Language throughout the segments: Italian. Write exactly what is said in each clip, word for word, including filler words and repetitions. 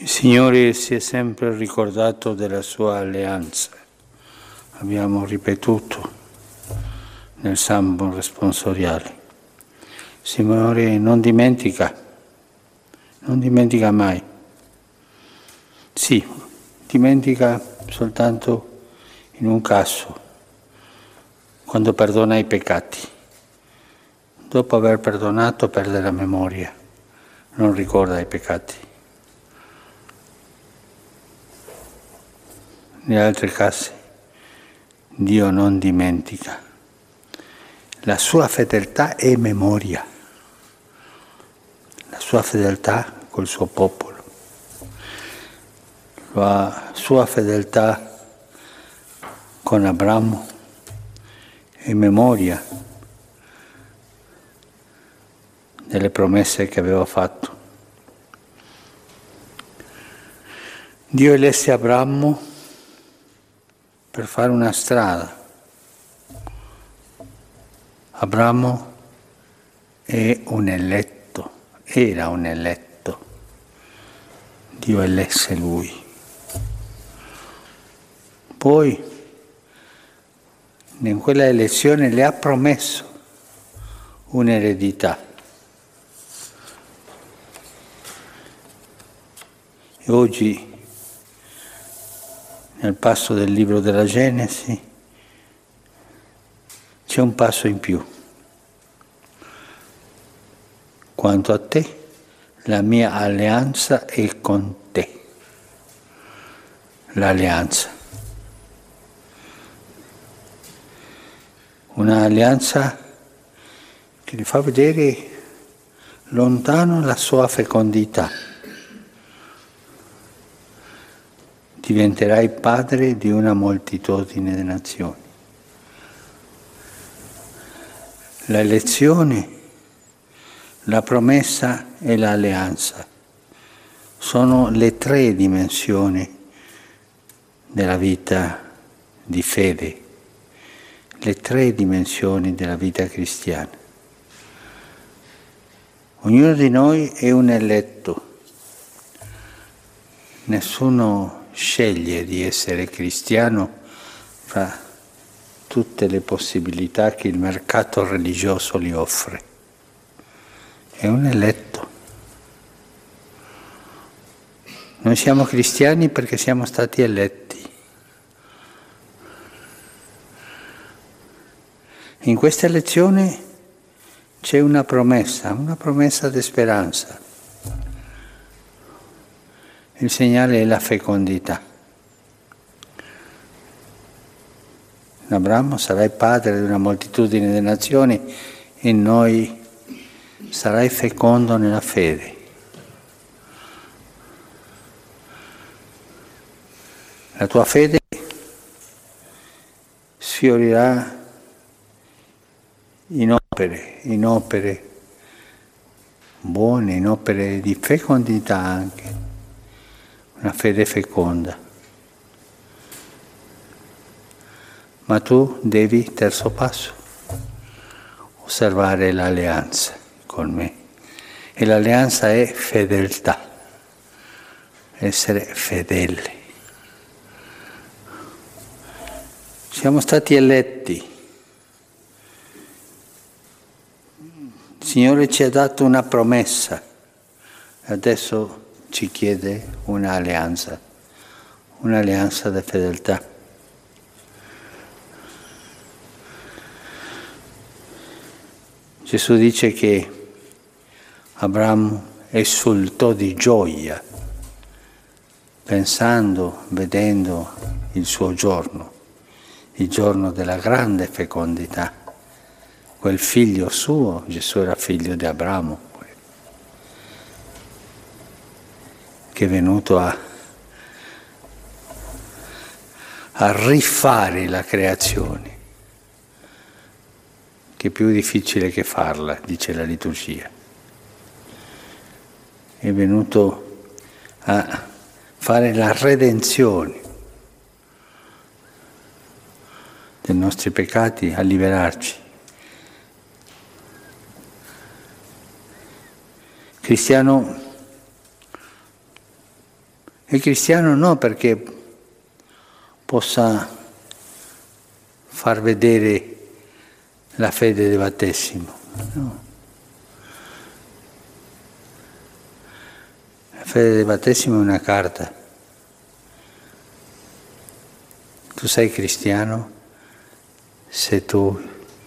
Il Signore si è sempre ricordato della sua alleanza. Abbiamo ripetuto nel Salmo responsoriale. Il Signore non dimentica, non dimentica mai. Sì, dimentica soltanto in un caso, quando perdona i peccati. Dopo aver perdonato perde la memoria, non ricorda i peccati. In altri casi Dio non dimentica. La sua fedeltà è memoria, la sua fedeltà col suo popolo, la sua fedeltà con Abramo è memoria delle promesse che aveva fatto. Dio elesse Abramo per fare una strada. Abramo è un eletto, era un eletto. Dio elesse lui. Poi, in quella elezione le ha promesso un'eredità. E oggi, nel passo del libro della Genesi, c'è un passo in più. Quanto a te, la mia alleanza è con te. L'alleanza. Un'alleanza che gli fa vedere lontano la sua fecondità. Diventerai padre di una moltitudine di nazioni. La elezione, la promessa e l'alleanza sono le tre dimensioni della vita di fede, le tre dimensioni della vita cristiana. Ognuno di noi è un eletto, nessuno sceglie di essere cristiano fra tutte le possibilità che il mercato religioso gli offre. È un eletto. Noi siamo cristiani perché siamo stati eletti. In questa elezione c'è una promessa, una promessa di speranza. Il segnale è la fecondità. In Abramo sarai padre di una moltitudine di nazioni e in noi sarai fecondo nella fede. La tua fede sfiorirà in opere, in opere buone, in opere di fecondità anche. Una fede feconda. Ma tu devi, terzo passo, osservare l'alleanza con me. E l'alleanza è fedeltà, essere fedeli. Siamo stati eletti. Il Signore ci ha dato una promessa. Adesso ci chiede un'alleanza, un'alleanza di fedeltà. Gesù dice che Abramo esultò di gioia, pensando, vedendo il suo giorno, il giorno della grande fecondità. Quel figlio suo, Gesù era figlio di Abramo, che è venuto a, a rifare la creazione, che è più difficile che farla, dice la liturgia. È venuto a fare la redenzione dei nostri peccati, a liberarci. Cristiano È cristiano non perché possa far vedere la fede del battesimo, no. La fede del battesimo è una carta. Tu sei cristiano se tu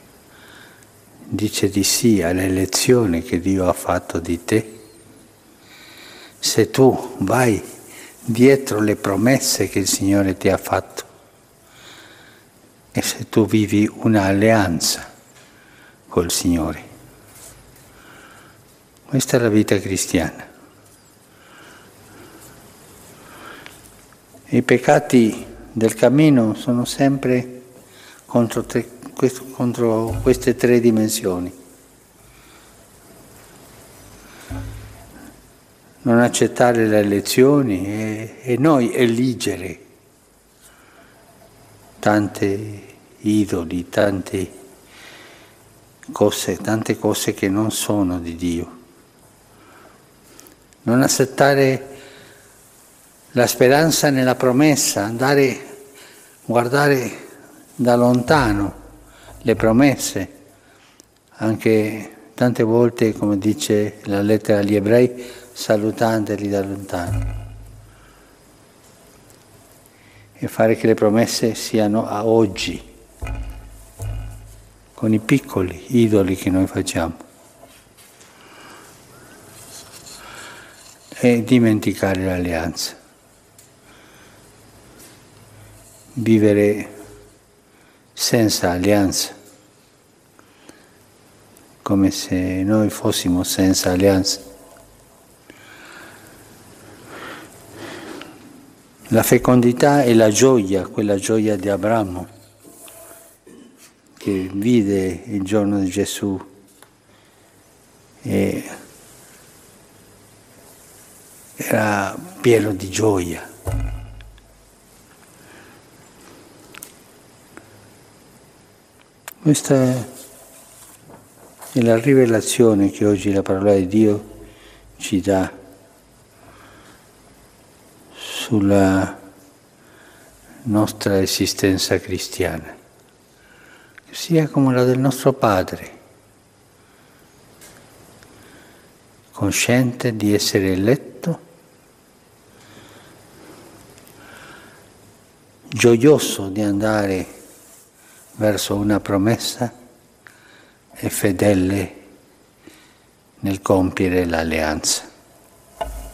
dici di sì all'elezione che Dio ha fatto di te, se tu vai dietro le promesse che il Signore ti ha fatto e se tu vivi un'alleanza col Signore. Questa è la vita cristiana. I peccati del cammino sono sempre contro, tre, contro queste tre dimensioni. Non accettare le elezioni e, e noi eligere tante idoli, tante cose, tante cose che non sono di Dio. Non accettare la speranza nella promessa, andare, guardare da lontano le promesse, anche tante volte, come dice la lettera agli ebrei, salutandoli da lontano. E fare che le promesse siano a oggi, con i piccoli idoli che noi facciamo. E dimenticare l'alleanza. Vivere senza alleanza, come se noi fossimo senza alleanza. La fecondità e la gioia, quella gioia di Abramo, che vide il giorno di Gesù e era pieno di gioia. Questa è la rivelazione che oggi la parola di Dio ci dà sulla nostra esistenza cristiana, che sia come la del nostro Padre, cosciente di essere eletto, gioioso di andare verso una promessa e fedele nel compiere l'alleanza.